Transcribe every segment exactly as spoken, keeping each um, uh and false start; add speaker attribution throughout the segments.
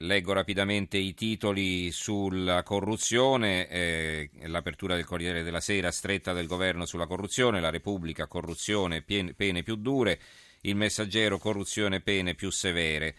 Speaker 1: Leggo rapidamente i titoli sulla corruzione, eh, l'apertura del Corriere della Sera, stretta del governo sulla corruzione, la Repubblica, corruzione, pien- pene più dure, il Messaggero, corruzione, pene più severe.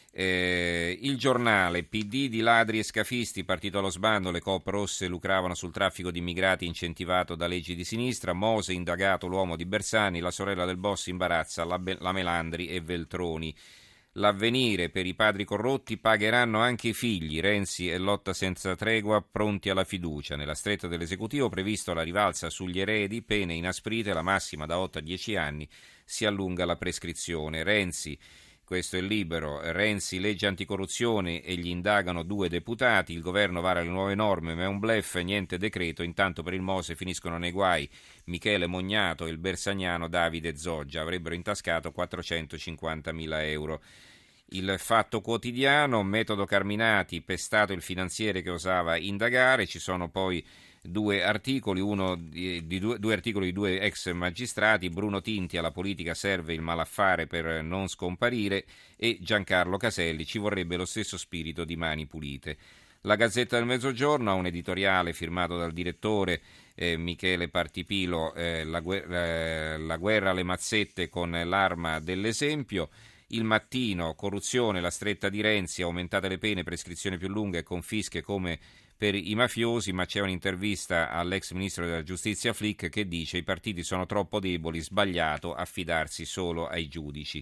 Speaker 1: Eh, il Giornale, P D di ladri e scafisti, partito allo sbando, le coop rosse lucravano sul traffico di immigrati incentivato da leggi di sinistra, Mose indagato l'uomo di Bersani, la sorella del boss imbarazza la, Be- la Melandri e Veltroni. L'Avvenire, per i padri corrotti pagheranno anche i figli, Renzi e lotta senza tregua pronti alla fiducia. Nella stretta dell'esecutivo previsto la rivalsa sugli eredi, pene inasprite, la massima da otto a dieci anni, si allunga la prescrizione. Renzi, questo è Libero, Renzi legge anticorruzione e gli indagano due deputati, il governo vara le nuove norme ma è un bluff, niente decreto, intanto per il Mose finiscono nei guai Michele Mognato e il bersagnano Davide Zoggia, avrebbero intascato quattrocentocinquantamila euro. Il Fatto Quotidiano, metodo Carminati, pestato il finanziere che osava indagare, ci sono poi due articoli, uno di, di due, due articoli di due ex magistrati, Bruno Tinti, alla politica serve il malaffare per non scomparire, e Giancarlo Caselli, ci vorrebbe lo stesso spirito di Mani Pulite. La Gazzetta del Mezzogiorno ha un editoriale firmato dal direttore eh, Michele Partipilo, eh, la, guerra, la guerra alle mazzette con l'arma dell'esempio. Il Mattino, corruzione, la stretta di Renzi, aumentate le pene, prescrizione più lunga e confische come per i mafiosi, ma c'è un'intervista all'ex ministro della giustizia Flick che dice i partiti sono troppo deboli, sbagliato affidarsi solo ai giudici.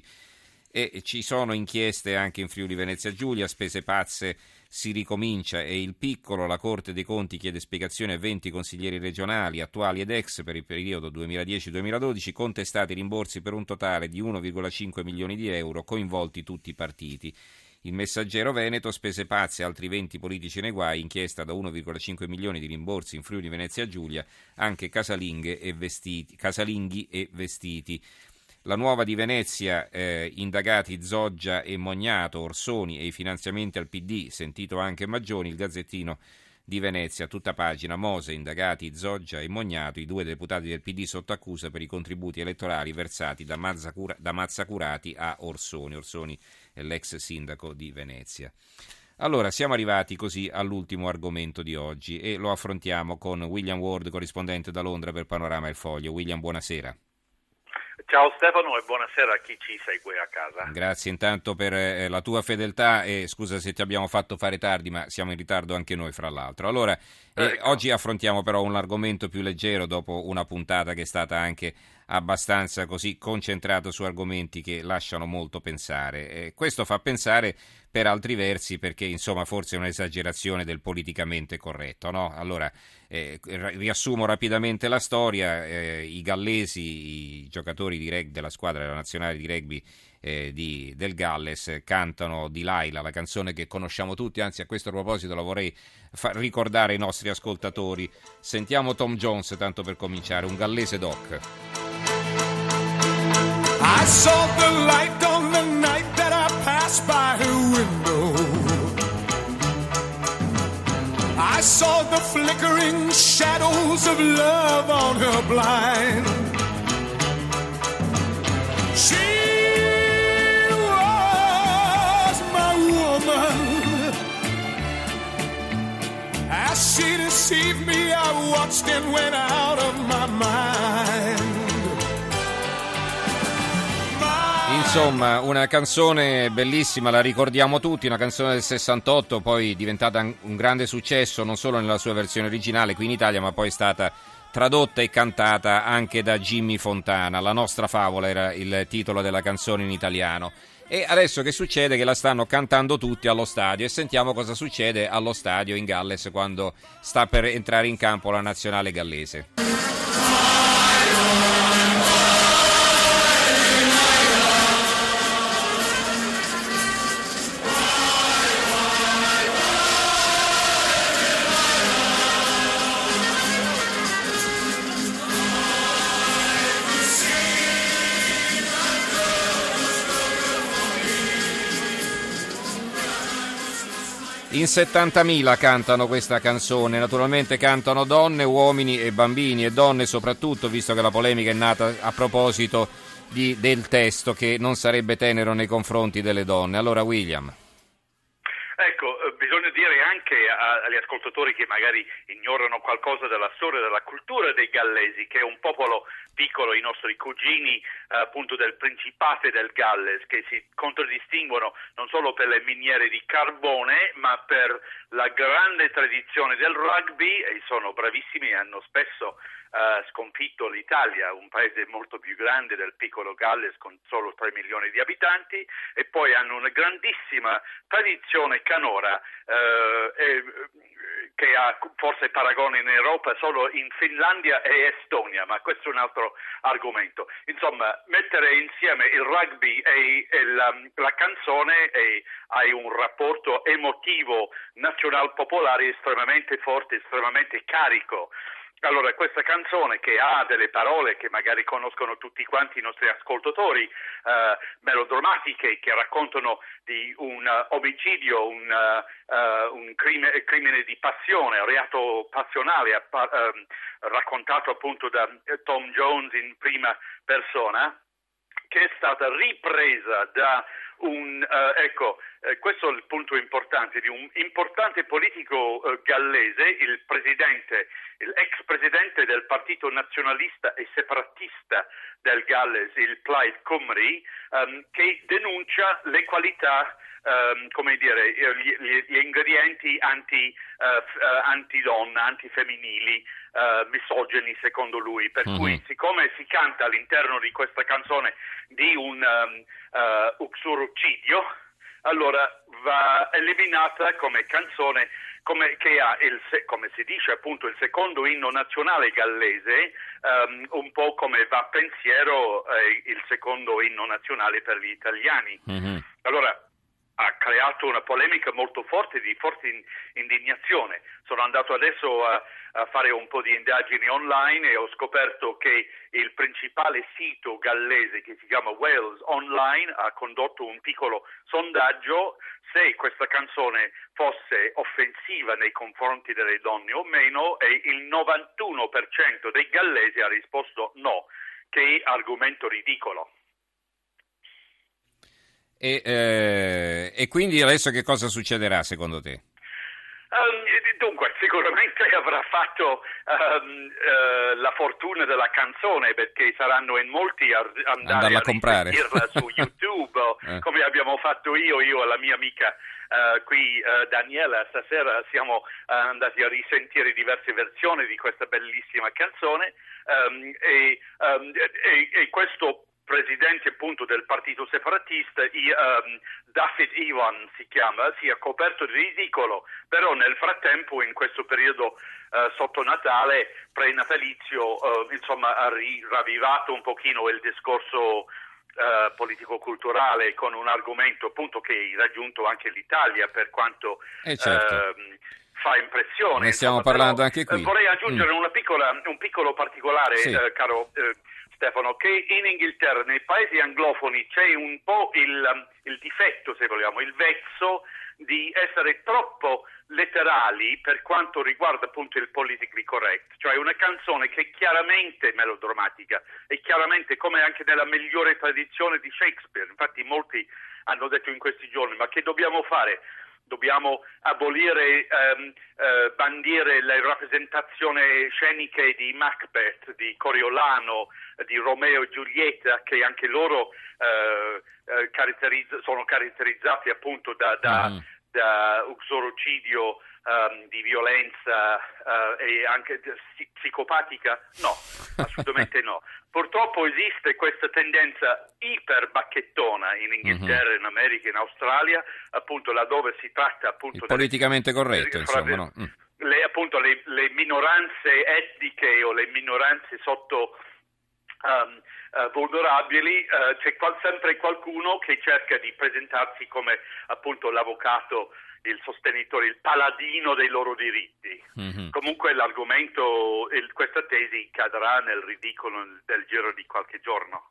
Speaker 1: E ci sono inchieste anche in Friuli Venezia Giulia, spese pazze, si ricomincia e il Piccolo, la Corte dei Conti chiede spiegazioni a venti consiglieri regionali, attuali ed ex per il periodo duemiladieci duemiladodici, contestati rimborsi per un totale di uno virgola cinque milioni di euro, coinvolti tutti i partiti. Il Messaggero Veneto, spese pazze, altri venti politici nei guai, inchiesta da uno virgola cinque milioni di rimborsi in Friuli Venezia Giulia, anche casalinghe e vestiti, casalinghi e vestiti. La Nuova di Venezia, eh, indagati Zoggia e Mognato, Orsoni e i finanziamenti al P D, sentito anche Maggioni. Il Gazzettino di Venezia, tutta pagina, Mose, indagati Zoggia e Mognato, i due deputati del P D sotto accusa per i contributi elettorali versati da, Mazzacura, da Mazzacurati a Orsoni. Orsoni è l'ex sindaco di Venezia. Allora, siamo arrivati così all'ultimo argomento di oggi e lo affrontiamo con William Ward, corrispondente da Londra per Panorama e Il Foglio. William, buonasera.
Speaker 2: Ciao Stefano e buonasera a chi ci segue a casa.
Speaker 1: Grazie intanto per eh, la tua fedeltà e scusa se ti abbiamo fatto fare tardi, ma siamo in ritardo anche noi fra l'altro. Allora, eh, ecco. Oggi affrontiamo però un argomento più leggero dopo una puntata che è stata anche abbastanza così concentrato su argomenti che lasciano molto pensare. Eh, questo fa pensare per altri versi perché insomma forse è un'esagerazione del politicamente corretto, no? Allora eh, riassumo rapidamente la storia. Eh, i gallesi, i giocatori di reg- della squadra della nazionale di rugby eh, di, del Galles cantano Delilah, la canzone che conosciamo tutti, anzi a questo proposito la vorrei far ricordare ai nostri ascoltatori. Sentiamo Tom Jones tanto per cominciare, un gallese doc.
Speaker 3: I saw the light on the night that I passed by her window. I saw the flickering shadows of love on her blind. She was my woman. As she deceived me, I watched and went out of my mind.
Speaker 1: Insomma, una canzone bellissima, la ricordiamo tutti, una canzone del sessantotto, poi diventata un grande successo non solo nella sua versione originale qui in Italia, ma poi è stata tradotta e cantata anche da Jimmy Fontana. La nostra favola era il titolo della canzone in italiano. E adesso che succede? Che la stanno cantando tutti allo stadio e sentiamo cosa succede allo stadio in Galles quando sta per entrare in campo la nazionale gallese. In settantamila cantano questa canzone, naturalmente cantano donne, uomini e bambini, e donne soprattutto, visto che la polemica è nata a proposito di, del testo che non sarebbe tenero nei confronti delle donne. Allora William.
Speaker 2: Ecco, ecco, eh, bisogna dire anche a, agli ascoltatori che magari ignorano qualcosa della storia, della cultura dei gallesi, che è un popolo piccolo, i nostri cugini eh, appunto del Principato del Galles, che si contraddistinguono non solo per le miniere di carbone, ma per la grande tradizione del rugby, e sono bravissimi e hanno spesso Uh, sconfitto l'Italia, un paese molto più grande del piccolo Galles con solo tre milioni di abitanti, e poi hanno una grandissima tradizione canora uh, e, che ha forse paragone in Europa solo in Finlandia e Estonia, ma questo è un altro argomento. Insomma, mettere insieme il rugby e, e la, la canzone, e hai un rapporto emotivo nazional popolare estremamente forte, estremamente carico. Allora, questa canzone, che ha delle parole che magari conoscono tutti quanti i nostri ascoltatori, eh, melodrammatiche, che raccontano di un uh, omicidio, un, uh, uh, un crimine, crimine di passione, reato passionale, uh, raccontato appunto da Tom Jones in prima persona, che è stata ripresa da un, uh, ecco, eh, questo è il punto importante, di un importante politico uh, gallese, il presidente, l'ex presidente del partito nazionalista e separatista del Galles, il Plaid Cymru, um, che denuncia le qualità, um, come dire, gli, gli, gli ingredienti anti, uh, uh, anti-donna, antifemminili, uh, misogeni secondo lui, per mm-hmm. cui siccome si canta all'interno di questa canzone di un um, uh, uxoricidio, allora va eliminata come canzone, come, che ha il, come si dice appunto, il secondo inno nazionale gallese, um, un po' come va pensiero eh, il secondo inno nazionale per gli italiani. Mm-hmm. Allora ha creato una polemica molto forte, di forte in, indignazione. Sono andato adesso a, a fare un po' di indagini online e ho scoperto che il principale sito gallese, che si chiama Wales Online, ha condotto un piccolo sondaggio se questa canzone fosse offensiva nei confronti delle donne o meno, e il novantuno per cento dei gallesi ha risposto no. Che argomento ridicolo.
Speaker 1: E, eh, e quindi adesso che cosa succederà secondo te?
Speaker 2: Um, dunque, sicuramente avrà fatto um, uh, la fortuna della canzone, perché saranno in molti a andare
Speaker 1: Andarla
Speaker 2: a,
Speaker 1: a comprare
Speaker 2: su YouTube, eh. come abbiamo fatto io, io e la mia amica uh, qui, uh, Daniela. Stasera siamo uh, andati a risentire diverse versioni di questa bellissima canzone, um, e, um, e, e questo presidente appunto del partito separatista, i, um, David Ivan si chiama, si è coperto di ridicolo, però nel frattempo in questo periodo uh, sotto Natale, pre-natalizio, uh, insomma ha ri- ravvivato un pochino il discorso uh, politico-culturale con un argomento appunto che ha raggiunto anche l'Italia, per quanto
Speaker 1: eh certo.
Speaker 2: uh, fa impressione.
Speaker 1: Ne stiamo
Speaker 2: insomma,
Speaker 1: parlando
Speaker 2: però,
Speaker 1: anche qui.
Speaker 2: Uh, vorrei aggiungere
Speaker 1: mm.
Speaker 2: una piccola, un piccolo particolare,
Speaker 1: sì.
Speaker 2: uh, caro uh, Stefano, che in Inghilterra, nei paesi anglofoni, c'è un po' il, il difetto, se vogliamo, il vezzo di essere troppo letterali per quanto riguarda appunto il politically correct, cioè una canzone che è chiaramente melodrammatica e chiaramente, come anche nella migliore tradizione di Shakespeare. Infatti molti hanno detto in questi giorni: ma che dobbiamo fare? Dobbiamo abolire, ehm, eh, bandire le rappresentazioni sceniche di Macbeth, di Coriolano, di Romeo e Giulietta, che anche loro eh, eh, caratterizz- sono caratterizzati appunto da, da, mm. da uxoricidio, um, di violenza uh, e anche psicopatica? No, assolutamente no. Purtroppo esiste questa tendenza iperbacchettona in Inghilterra, mm-hmm. in America, in Australia, appunto laddove si tratta appunto
Speaker 1: il politicamente
Speaker 2: delle,
Speaker 1: corretto, insomma, no?
Speaker 2: mm. le, appunto le, le minoranze etniche o le minoranze sotto um, uh, vulnerabili, uh, c'è qual- sempre qualcuno che cerca di presentarsi come appunto l'avvocato, il sostenitore, il paladino dei loro diritti. Mm-hmm. Comunque l'argomento, il, questa tesi cadrà nel ridicolo del giro di qualche giorno.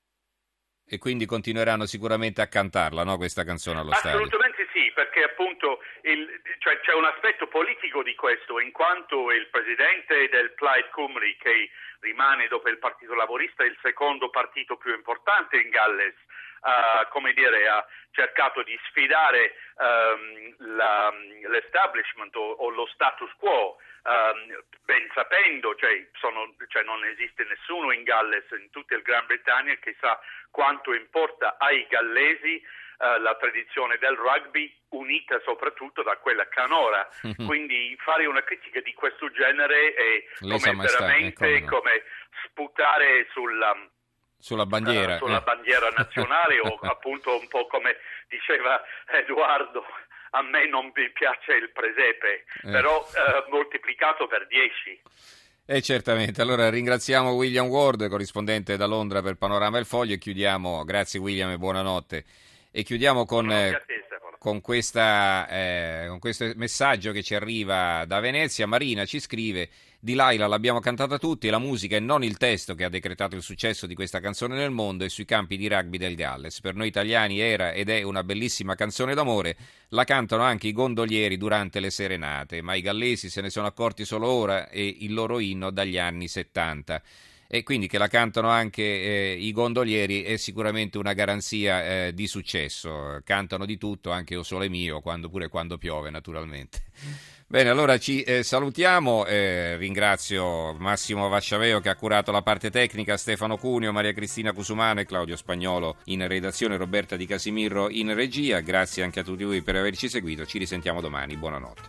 Speaker 1: E quindi continueranno sicuramente a cantarla, no, questa canzone allo stadio?
Speaker 2: Assolutamente sì, perché appunto il, cioè, c'è un aspetto politico di questo, in quanto il presidente del Plaid Cymru, che rimane dopo il Partito Laborista il secondo partito più importante in Galles, uh, come dire, ha cercato di sfidare um, la, l'establishment o, o lo status quo, um, ben sapendo, cioè, sono, cioè non esiste nessuno in Galles, in tutta il Gran Bretagna, che sa quanto importa ai gallesi uh, la tradizione del rugby, unita soprattutto da quella canora. Mm-hmm. Quindi fare una critica di questo genere è come veramente no. come sputare sulla
Speaker 1: sulla bandiera,
Speaker 2: uh, sulla
Speaker 1: eh.
Speaker 2: bandiera nazionale o appunto un po' come diceva Edoardo, a me non mi piace il presepe, eh. però uh, moltiplicato per dieci.
Speaker 1: Eh, certamente. Allora ringraziamo William Ward, corrispondente da Londra per Panorama Il Foglio, e chiudiamo, grazie William e buonanotte, e chiudiamo con, eh, con, questa, eh, con questo messaggio che ci arriva da Venezia. Marina ci scrive: di Laila l'abbiamo cantata tutti, la musica e non il testo che ha decretato il successo di questa canzone nel mondo e sui campi di rugby del Galles. Per noi italiani era ed è una bellissima canzone d'amore, la cantano anche i gondolieri durante le serenate, ma i gallesi se ne sono accorti solo ora e il loro inno dagli anni settanta. E quindi che la cantano anche eh, i gondolieri è sicuramente una garanzia eh, di successo. Cantano di tutto, anche O Sole Mio, quando, pure quando piove naturalmente. Bene, allora ci eh, salutiamo, eh, ringrazio Massimo Vasciaveo che ha curato la parte tecnica, Stefano Cuneo, Maria Cristina Cusumano e Claudio Spagnolo in redazione, Roberta Di Casimirro in regia. Grazie anche a tutti voi per averci seguito, ci risentiamo domani, buonanotte.